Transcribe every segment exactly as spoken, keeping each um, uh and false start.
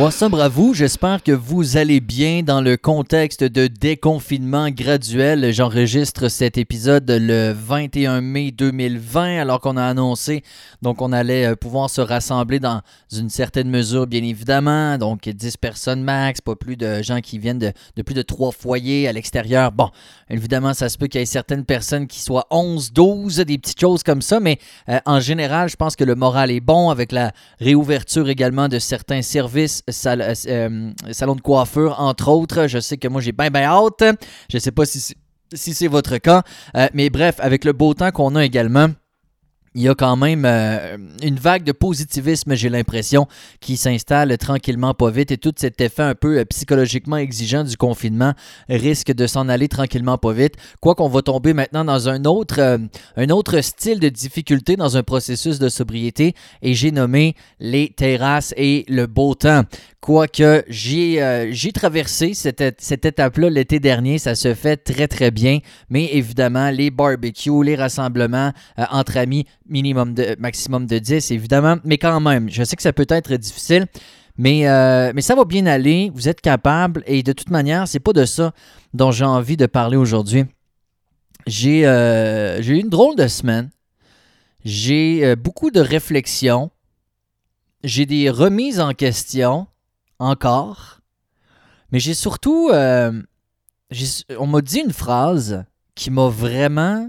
What's up à vous? J'espère que vous allez bien dans le contexte de déconfinement graduel. J'enregistre cet épisode le vingt et un mai deux mille vingt alors qu'on a annoncé donc on allait pouvoir se rassembler dans une certaine mesure, bien évidemment. Donc dix personnes max, pas plus de gens qui viennent de, de plus de trois foyers à l'extérieur. Bon, évidemment, ça se peut qu'il y ait certaines personnes qui soient onze, douze, des petites choses comme ça, mais euh, en général, je pense que le moral est bon avec la réouverture également de certains services. Sal- euh, salon de coiffure, entre autres. Je sais que moi, j'ai bien, bien hâte. Je ne sais pas si c'est, si c'est votre cas. Euh, mais bref, avec le beau temps qu'on a également, il y a quand même euh, une vague de positivisme, j'ai l'impression, qui s'installe tranquillement pas vite et tout cet effet un peu euh, psychologiquement exigeant du confinement risque de s'en aller tranquillement pas vite. Quoi qu'on va tomber maintenant dans un autre, euh, un autre style de difficulté dans un processus de sobriété et j'ai nommé les terrasses et le beau temps. Quoique j'ai, euh, j'ai traversé cette, cette étape-là l'été dernier, ça se fait très très bien, mais évidemment les barbecues, les rassemblements euh, entre amis, minimum de, maximum de dix évidemment, mais quand même, je sais que ça peut être difficile, mais, euh, mais ça va bien aller, vous êtes capable et de toute manière, c'est pas de ça dont j'ai envie de parler aujourd'hui. J'ai, euh, j'ai eu une drôle de semaine, j'ai euh, beaucoup de réflexions, j'ai des remises en question, encore, mais j'ai surtout, euh, j'ai, on m'a dit une phrase qui m'a vraiment,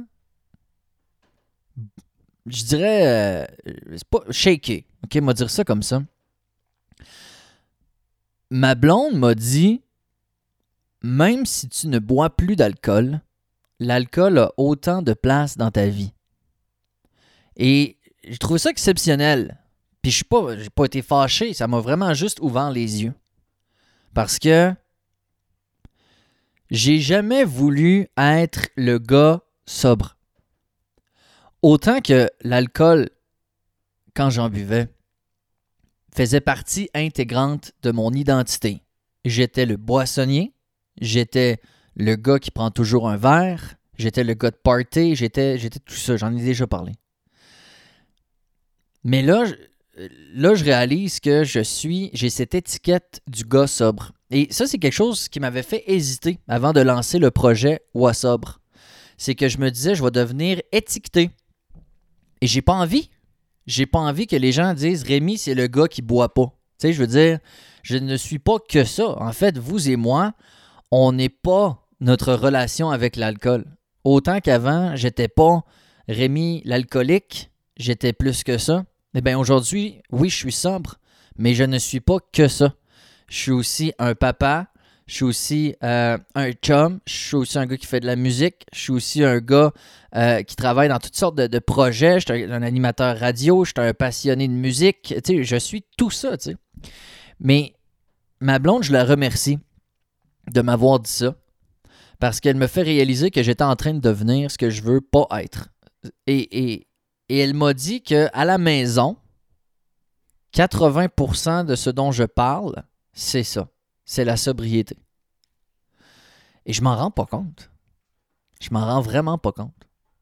je dirais, euh, c'est pas shaké, ok, on va dire ça comme ça. Ma blonde m'a dit, même si tu ne bois plus d'alcool, l'alcool a autant de place dans ta vie. Et j'ai trouvé ça exceptionnel. Puis je suis pas, j'ai pas été fâché, ça m'a vraiment juste ouvert les yeux. Parce que j'ai jamais voulu être le gars sobre. Autant que l'alcool, quand j'en buvais, faisait partie intégrante de mon identité. J'étais le boissonnier, j'étais le gars qui prend toujours un verre, j'étais le gars de party, j'étais, j'étais tout ça, j'en ai déjà parlé. Mais là, je, là, je réalise que je suis, j'ai cette étiquette du gars sobre. Et ça, c'est quelque chose qui m'avait fait hésiter avant de lancer le projet Wa Sobre. C'est que je me disais, je vais devenir étiqueté. Et j'ai pas envie. J'ai pas envie que les gens disent Rémi, c'est le gars qui boit pas. Tu sais, je veux dire, je ne suis pas que ça. En fait, vous et moi, on n'est pas notre relation avec l'alcool. Autant qu'avant, j'étais pas Rémi l'alcoolique, j'étais plus que ça. Eh bien, aujourd'hui, oui, je suis sobre, mais je ne suis pas que ça. Je suis aussi un papa, je suis aussi euh, un chum, je suis aussi un gars qui fait de la musique, je suis aussi un gars euh, qui travaille dans toutes sortes de, de projets, je suis un, un animateur radio, je suis un passionné de musique, tu sais, je suis tout ça, tu sais. Mais ma blonde, je la remercie de m'avoir dit ça, parce qu'elle me fait réaliser que j'étais en train de devenir ce que je veux pas être. Et, et, et elle m'a dit qu'à la maison, quatre-vingts pour cent de ce dont je parle, c'est ça. C'est la sobriété. Et je m'en rends pas compte. Je m'en rends vraiment pas compte.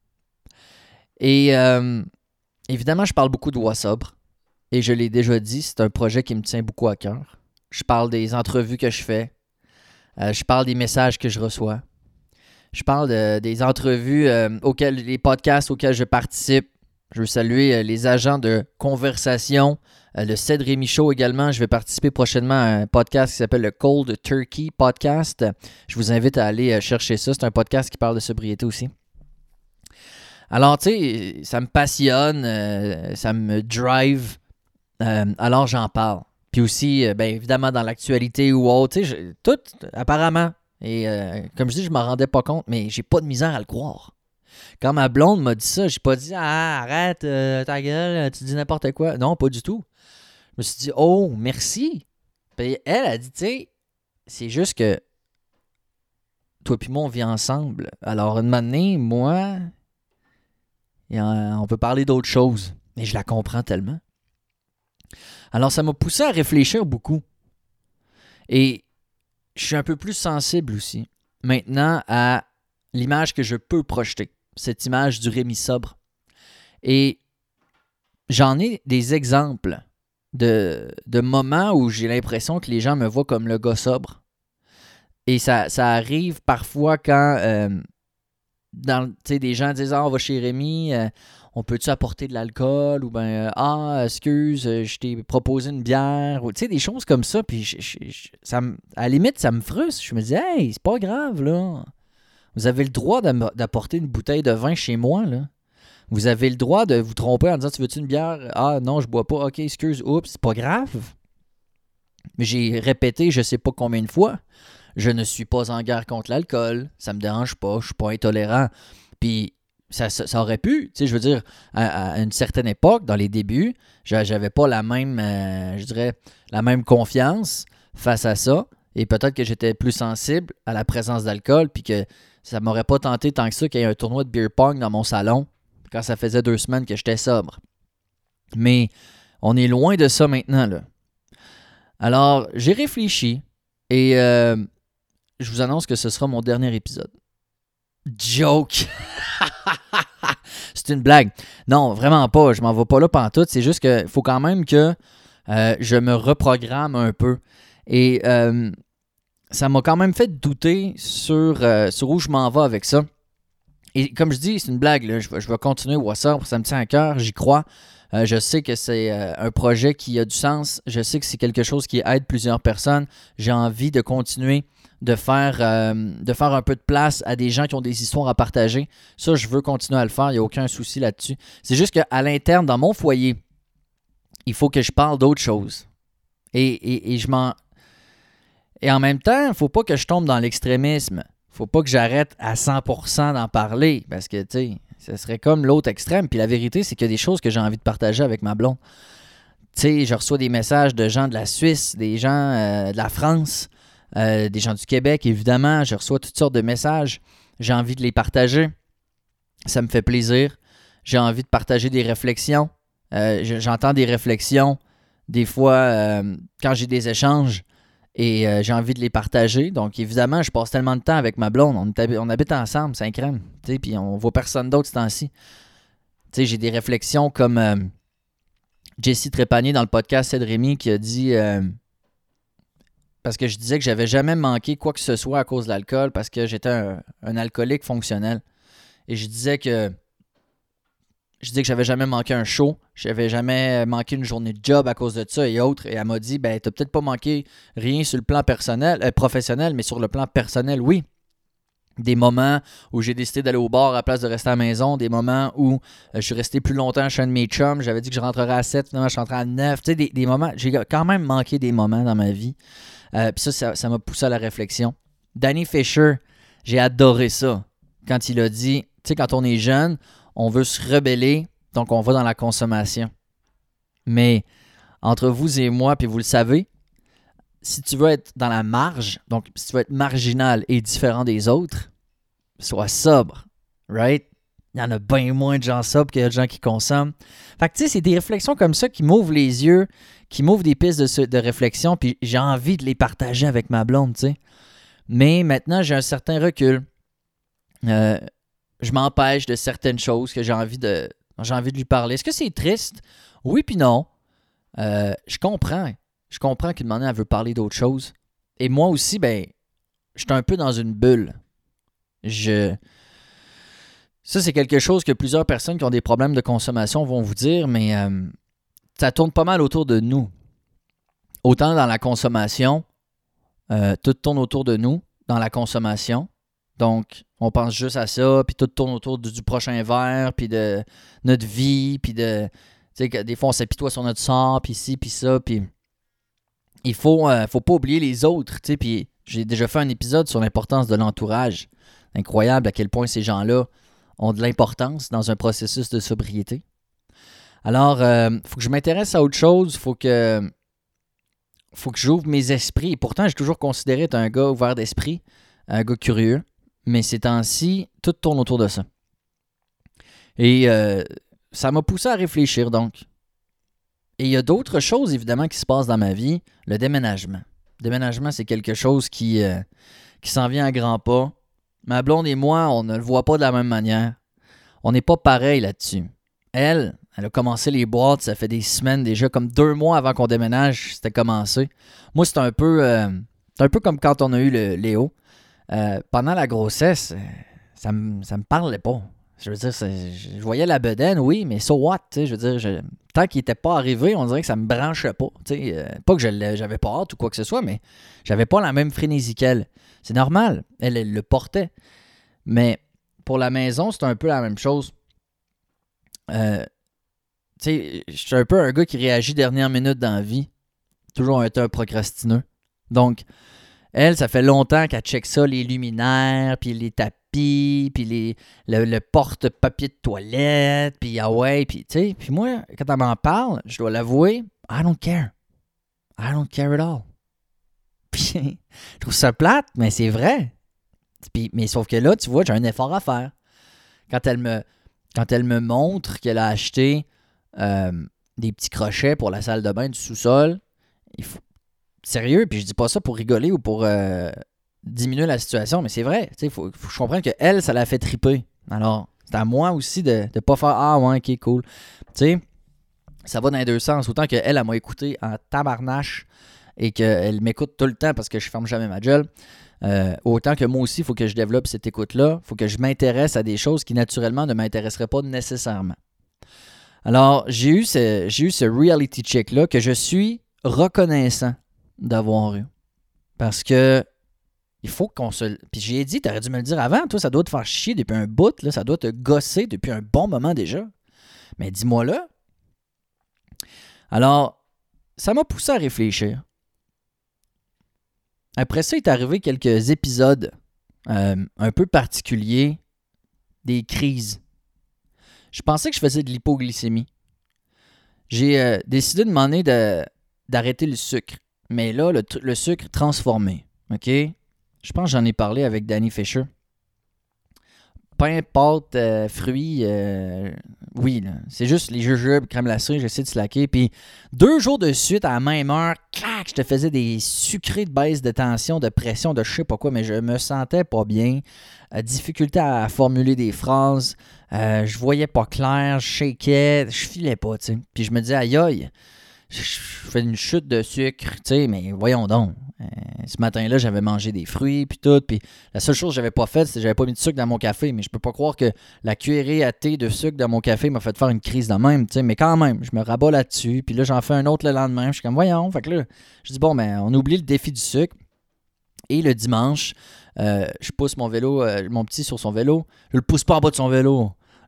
Et euh, évidemment, je parle beaucoup de Wa Sobre. Et je l'ai déjà dit, c'est un projet qui me tient beaucoup à cœur. Je parle des entrevues que je fais. Euh, je parle des messages que je reçois. Je parle de, des entrevues, euh, auxquelles, les podcasts auxquels je participe. Je veux saluer euh, les agents de conversation. Euh, le Ced Rémi Show également. Je vais participer prochainement à un podcast qui s'appelle le Cold Turkey Podcast. Je vous invite à aller euh, chercher ça. C'est un podcast qui parle de sobriété aussi. Alors, tu sais, ça me passionne, euh, ça me drive. Euh, alors, j'en parle. Puis aussi, euh, bien évidemment, dans l'actualité ou autre, tu sais, tout, apparemment. Et euh, comme je dis, je m'en rendais pas compte, mais j'ai pas de misère à le croire. Quand ma blonde m'a dit ça, j'ai pas dit « Ah, arrête, euh, ta gueule, tu dis n'importe quoi. » Non, pas du tout. Je me suis dit « Oh, merci. » Puis elle a dit « Tu sais, c'est juste que toi puis moi, on vit ensemble. Alors, une année, moi, on peut parler d'autre chose. » Mais je la comprends tellement. Alors, ça m'a poussé à réfléchir beaucoup. Et je suis un peu plus sensible aussi, maintenant, à l'image que je peux projeter. Cette image du Rémi sobre. Et j'en ai des exemples de, de moments où j'ai l'impression que les gens me voient comme le gars sobre. Et ça, ça arrive parfois quand euh, dans, des gens disent « Ah, on va chez Rémi, euh, on peut-tu apporter de l'alcool? » Ou bien « Ah, excuse, je t'ai proposé une bière. » Ou tu sais, des choses comme ça. Puis je, je, je, ça me, à la limite, ça me frustre. Je me dis « Hey, c'est pas grave, là. Vous avez le droit d'apporter une bouteille de vin chez moi, là. Vous avez le droit de vous tromper en disant « Tu veux-tu une bière? » « Ah, non, je bois pas. OK, excuse. Oups, c'est pas grave. » Mais j'ai répété je sais pas combien de fois. Je ne suis pas en guerre contre l'alcool. Ça me dérange pas. Je suis pas intolérant. Puis ça, ça, ça aurait pu. Tu sais, je veux dire, à, à une certaine époque, dans les débuts, j'avais pas la même, euh, je dirais, la même confiance face à ça. Et peut-être que j'étais plus sensible à la présence d'alcool. Puis que ça m'aurait pas tenté tant que ça qu'il y ait un tournoi de beer pong dans mon salon quand ça faisait deux semaines que j'étais sobre. Mais on est loin de ça maintenant, là. Alors, j'ai réfléchi et euh, je vous annonce que ce sera mon dernier épisode. Joke! C'est une blague. Non, vraiment pas. Je m'en vais pas là pantoute. C'est juste qu'il faut quand même que euh, je me reprogramme un peu. Et euh, ça m'a quand même fait douter sur, euh, sur où je m'en vais avec ça. Et comme je dis, c'est une blague. Là. Je, vais, je vais continuer WhatsApp. Ça me tient à cœur. J'y crois. Euh, je sais que c'est euh, un projet qui a du sens. Je sais que c'est quelque chose qui aide plusieurs personnes. J'ai envie de continuer de faire, euh, de faire un peu de place à des gens qui ont des histoires à partager. Ça, je veux continuer à le faire. Il n'y a aucun souci là-dessus. C'est juste qu'à l'interne, dans mon foyer, il faut que je parle d'autre chose. Et, et, et je m'en... Et en même temps, il ne faut pas que je tombe dans l'extrémisme. Il ne faut pas que j'arrête à cent pour cent d'en parler. Parce que, tu sais, ce serait comme l'autre extrême. Puis la vérité, c'est qu'il y a des choses que j'ai envie de partager avec ma blonde. Tu sais, je reçois des messages de gens de la Suisse, des gens euh, de la France, euh, des gens du Québec, évidemment. Je reçois toutes sortes de messages. J'ai envie de les partager. Ça me fait plaisir. J'ai envie de partager des réflexions. Euh, j'entends des réflexions, des fois, euh, quand j'ai des échanges. Et euh, j'ai envie de les partager. Donc, évidemment, je passe tellement de temps avec ma blonde. On, est, on habite ensemble, c'est un crème. Puis on voit personne d'autre ce temps-ci. T'sais, j'ai des réflexions comme euh, Jessie Trépanier dans le podcast C'est de Rémi qui a dit... Euh, parce que je disais que j'avais jamais manqué quoi que ce soit à cause de l'alcool parce que j'étais un, un alcoolique fonctionnel. Et je disais que... Je disais que j'avais jamais manqué un show, j'avais jamais manqué une journée de job à cause de ça et autres. Et elle m'a dit, ben t'as peut-être pas manqué rien sur le plan personnel, euh, professionnel, mais sur le plan personnel, oui. Des moments où j'ai décidé d'aller au bar à la place de rester à la maison, des moments où euh, je suis resté plus longtemps chez un de mes chums, j'avais dit que je rentrerais à sept, finalement je suis rentré à neuf. Tu sais, des, des moments, j'ai quand même manqué des moments dans ma vie. Euh, Puis ça, ça, ça m'a poussé à la réflexion. Danny Fisher, j'ai adoré ça. Quand il a dit, tu sais, quand on est jeune, on veut se rebeller, donc on va dans la consommation. Mais entre vous et moi, puis vous le savez, si tu veux être dans la marge, donc si tu veux être marginal et différent des autres, sois sobre, right? Il y en a bien moins de gens sobres qu'il y a de gens qui consomment. Fait que tu sais, c'est des réflexions comme ça qui m'ouvrent les yeux, qui m'ouvrent des pistes de, de réflexion, puis j'ai envie de les partager avec ma blonde, tu sais. Mais maintenant, j'ai un certain recul. Euh... Je m'empêche de certaines choses que j'ai envie de, j'ai envie de lui parler. Est-ce que c'est triste? Oui puis non. Euh, je comprends. Je comprends qu'une manière, elle veut parler d'autre chose. Et moi aussi, ben, je suis un peu dans une bulle. Je... Ça, c'est quelque chose que plusieurs personnes qui ont des problèmes de consommation vont vous dire, mais euh, ça tourne pas mal autour de nous. Autant dans la consommation, euh, tout tourne autour de nous, dans la consommation. Donc, on pense juste à ça, puis tout tourne autour du, du prochain verre, puis de notre vie, puis de... Tu sais, que des fois, on s'apitoie sur notre sort, puis ci, puis ça, puis... Il faut, euh, faut pas oublier les autres, tu sais, puis j'ai déjà fait un épisode sur l'importance de l'entourage. Incroyable à quel point ces gens-là ont de l'importance dans un processus de sobriété. Alors, il euh, faut que je m'intéresse à autre chose, faut que... faut que j'ouvre mes esprits. Et pourtant, j'ai toujours considéré être un gars ouvert d'esprit, un gars curieux. Mais ces temps-ci, tout tourne autour de ça. Et euh, ça m'a poussé à réfléchir, donc. Et il y a d'autres choses, évidemment, qui se passent dans ma vie. Le déménagement. Le déménagement, c'est quelque chose qui, euh, qui s'en vient à grands pas. Ma blonde et moi, on ne le voit pas de la même manière. On n'est pas pareil là-dessus. Elle, Elle a commencé les boîtes, ça fait des semaines déjà, comme deux mois avant qu'on déménage, c'était commencé. Moi, c'est un peu euh, c'est un peu comme quand on a eu le Léo. Euh, pendant la grossesse, euh, ça me ça me parlait pas. Je veux dire, je voyais la bedaine, oui, mais so what, tu sais, je veux dire, je, tant qu'il n'était pas arrivé, on dirait que ça me branchait pas. Tu sais, euh, pas que je j'avais pas hâte ou quoi que ce soit, mais j'avais pas la même frénésie qu'elle. C'est normal, elle, elle le portait. Mais pour la maison, c'est un peu la même chose. Euh, tu sais, je suis un peu un gars qui réagit dernière minute dans la vie. Toujours été un procrastineux. Donc, elle, ça fait longtemps qu'elle check ça, les luminaires, puis les tapis, puis les, le, le porte-papier de toilette, puis ah ouais, puis tu sais, puis moi, quand elle m'en parle, je dois l'avouer, I don't care. I don't care at all. Puis, je trouve ça plate, mais c'est vrai. Puis, mais sauf que là, tu vois, j'ai un effort à faire. Quand elle me, quand elle me montre qu'elle a acheté euh, des petits crochets pour la salle de bain du sous-sol, il faut... Sérieux, puis je dis pas ça pour rigoler ou pour euh, diminuer la situation, mais c'est vrai. Il faut, faut que je comprenne qu'elle, ça l'a fait triper. Alors, c'est à moi aussi de ne pas faire « Ah ouais, ok, cool ». Tu sais, ça va dans les deux sens. Autant qu'elle, elle, elle m'a écouté en tabarnache et qu'elle m'écoute tout le temps parce que je ferme jamais ma gueule. Euh, autant que moi aussi, il faut que je développe cette écoute-là. Il faut que je m'intéresse à des choses qui, naturellement, ne m'intéresseraient pas nécessairement. Alors, j'ai eu ce, j'ai eu ce reality check-là que je suis reconnaissant d'avoir eu. Parce que il faut qu'on se... Puis j'ai dit, t'aurais dû me le dire avant, toi, ça doit te faire chier depuis un bout, là, ça doit te gosser depuis un bon moment déjà. Mais dis-moi là. Alors, ça m'a poussé à réfléchir. Après ça, il est arrivé quelques épisodes euh, un peu particuliers, des crises. Je pensais que je faisais de l'hypoglycémie. J'ai euh, décidé de demander de, d'arrêter le sucre. Mais là, le, le sucre transformé, OK? Je pense que j'en ai parlé avec Danny Fisher. Pain, pâte, euh, fruits, euh, oui, là, c'est juste les jujubes, crème glacée, j'essaie de slacker. Puis deux jours de suite, à la même heure, clac, je te faisais des sucrés de baisse de tension, de pression, de je sais pas quoi, mais je me sentais pas bien. Euh, difficulté à formuler des phrases. Euh, je voyais pas clair, je shakeais, je filais pas, tu sais. Puis je me disais, aïe aïe, je fais une chute de sucre, tu sais, mais voyons donc. Euh, ce matin-là, j'avais mangé des fruits, puis tout, puis la seule chose que j'avais pas faite, c'est que j'avais pas mis de sucre dans mon café, mais je peux pas croire que la cuillerée à thé de sucre dans mon café m'a fait faire une crise de même, tu sais, mais quand même, je me rabats là-dessus, puis là, j'en fais un autre le lendemain, je suis comme, voyons, fait que là, je dis, bon, ben, on oublie le défi du sucre, et le dimanche, euh, je pousse mon vélo, euh, mon petit sur son vélo, je le pousse pas en bas de son vélo,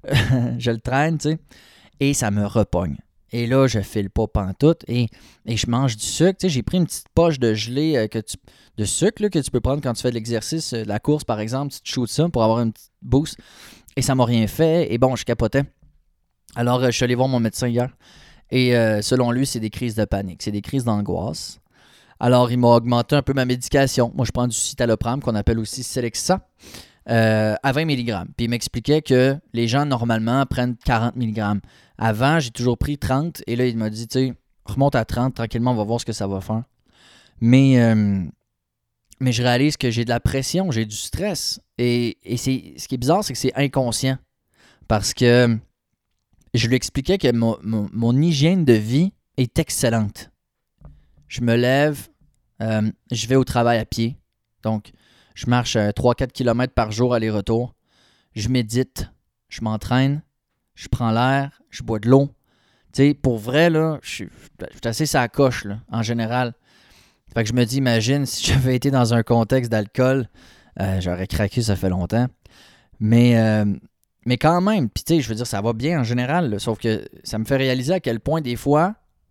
je le traîne, tu sais, et ça me repogne. Et là, je file pas pantoute et, et je mange du sucre. Tu sais, j'ai pris une petite poche de gelée euh, que tu, de sucre là, que tu peux prendre quand tu fais de l'exercice, euh, de la course par exemple. Tu te shoots ça pour avoir une petite boost. Et ça m'a rien fait. Et bon, je capotais. Alors, euh, je suis allé voir mon médecin hier. Et euh, selon lui, c'est des crises de panique. C'est des crises d'angoisse. Alors, il m'a augmenté un peu ma médication. Moi, je prends du citalopram qu'on appelle aussi Celexa. Euh, à vingt milligrammes. Puis il m'expliquait que les gens, normalement, prennent quarante milligrammes. Avant, j'ai toujours pris trente. Et là, il m'a dit, tu sais, remonte à trente, tranquillement, on va voir ce que ça va faire. Mais, euh, mais je réalise que j'ai de la pression, j'ai du stress. Et, et c'est, ce qui est bizarre, c'est que c'est inconscient. Parce que je lui expliquais que mon, mon, mon hygiène de vie est excellente. Je me lève, euh, je vais au travail à pied. Donc, je marche euh, trois à quatre kilomètres par jour aller-retour. Je médite, je m'entraîne, je prends l'air, je bois de l'eau. Tu sais, pour vrai, là, je suis assez sur la coche, là, en général. Fait que je me dis, imagine, si j'avais été dans un contexte d'alcool, euh, j'aurais craqué, ça fait longtemps. Mais, euh, mais quand même, puis tu sais, je veux dire, ça va bien en général, là, sauf que ça me fait réaliser à quel point, des fois,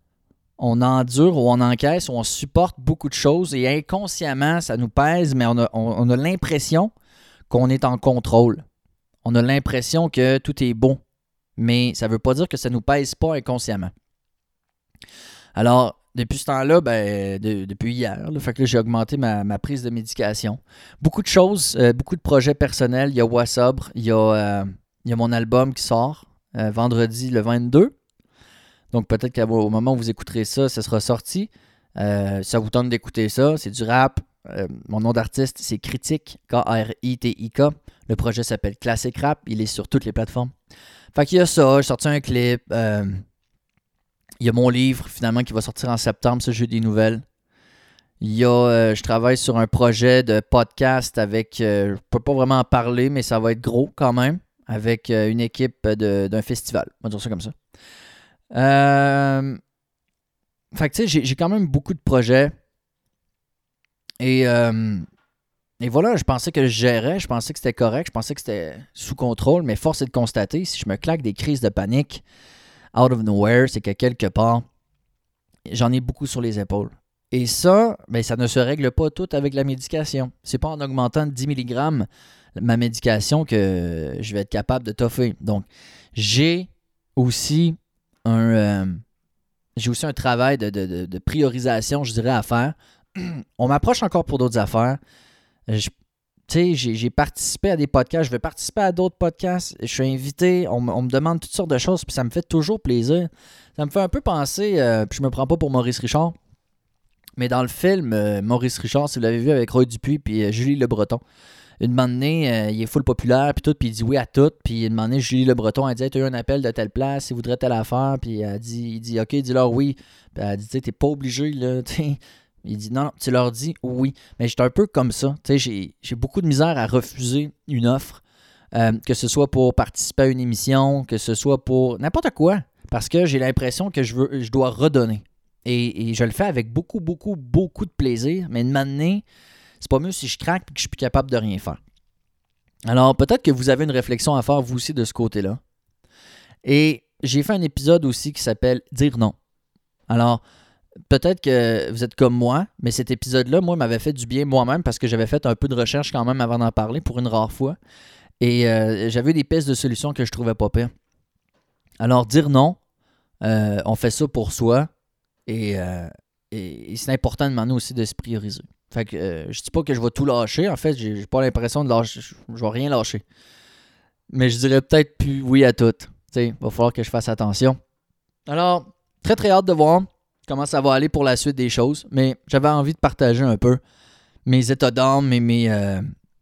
on endure ou on encaisse ou on supporte beaucoup de choses et inconsciemment, ça nous pèse, mais on a, on, on a l'impression qu'on est en contrôle. On a l'impression que tout est beau, mais ça ne veut pas dire que ça ne nous pèse pas inconsciemment. Alors, depuis ce temps-là, ben, de, depuis hier, là, fait que là, j'ai augmenté ma, ma prise de médication. Beaucoup de choses, euh, beaucoup de projets personnels. Il y a Wassobre, il y a, euh, il y a mon album qui sort euh, vendredi le vingt-deux. Donc, peut-être qu'au moment où vous écouterez ça, ça sera sorti. Euh, ça vous tente d'écouter ça. C'est du rap. Euh, mon nom d'artiste, c'est Critique, K R I T I K. Le projet s'appelle Classic Rap. Il est sur toutes les plateformes. Fait qu'il y a ça, j'ai sorti un clip. Euh, il y a mon livre, finalement, qui va sortir en septembre, ça, j'ai des nouvelles. Il y a, euh, je travaille sur un projet de podcast avec, euh, je ne peux pas vraiment en parler, mais ça va être gros quand même, avec euh, une équipe de, d'un festival. On va dire ça comme ça. Euh, fait que tu sais, j'ai, j'ai quand même beaucoup de projets. Et, euh, et voilà, je pensais que je gérais, je pensais que c'était correct, je pensais que c'était sous contrôle, mais force est de constater, si je me claque des crises de panique out of nowhere, c'est que quelque part, j'en ai beaucoup sur les épaules. Et ça, ben, ça ne se règle pas tout avec la médication. C'est pas en augmentant de dix milligrammes ma médication que je vais être capable de toffer. Donc, j'ai aussi un, euh, j'ai aussi un travail de, de, de, de priorisation, je dirais, à faire. On m'approche encore pour d'autres affaires. Je, tu sais, j'ai, j'ai participé à des podcasts, je vais participer à d'autres podcasts. Je suis invité, on, on me demande toutes sortes de choses, puis ça me fait toujours plaisir. Ça me fait un peu penser, euh, puis je me prends pas pour Maurice Richard, mais dans le film, euh, Maurice Richard, si vous l'avez vu avec Roy Dupuis puis euh, Julie Le Breton, une moment donné, euh, il est full populaire, puis tout, puis il dit oui à tout, puis une moment donné, Julie Le Breton, elle dit hey, « tu as eu un appel de telle place, il voudrait telle affaire », puis elle dit, il dit « ok, dis-leur oui », puis elle dit « tu sais, t'es pas obligé, là, tu sais ». Il dit « non, non, tu leur dis oui ». Mais j'étais un peu comme ça, tu sais, j'ai, j'ai beaucoup de misère à refuser une offre, euh, que ce soit pour participer à une émission, que ce soit pour n'importe quoi, parce que j'ai l'impression que je veux, je dois redonner. Et, et je le fais avec beaucoup, beaucoup, beaucoup de plaisir. Mais de m'amener, c'est pas mieux si je craque et que je suis plus capable de rien faire. Alors, peut-être que vous avez une réflexion à faire, vous aussi, de ce côté-là. Et j'ai fait un épisode aussi qui s'appelle « Dire non ». Alors, peut-être que vous êtes comme moi, mais cet épisode-là, moi, m'avait fait du bien moi-même parce que j'avais fait un peu de recherche quand même avant d'en parler pour une rare fois. Et euh, j'avais des pistes de solutions que je trouvais pas pires. Alors, dire non, euh, on fait ça pour soi. Et, euh, et, et c'est important de demander aussi de se prioriser. Fait que euh, je dis pas que je vais tout lâcher. En fait, j'ai, j'ai pas l'impression de lâcher. Je, je vais rien lâcher. Mais je dirais peut-être plus oui à tout. Il va falloir que je fasse attention. Alors, très très hâte de voir comment ça va aller pour la suite des choses. Mais j'avais envie de partager un peu mes états d'âme et mes, euh,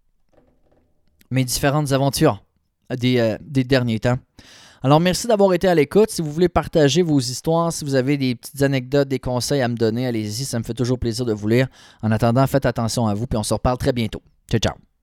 mes différentes aventures des, euh, des derniers temps. Alors, merci d'avoir été à l'écoute. Si vous voulez partager vos histoires, si vous avez des petites anecdotes, des conseils à me donner, allez-y, ça me fait toujours plaisir de vous lire. En attendant, faites attention à vous, puis on se reparle très bientôt. Ciao, ciao.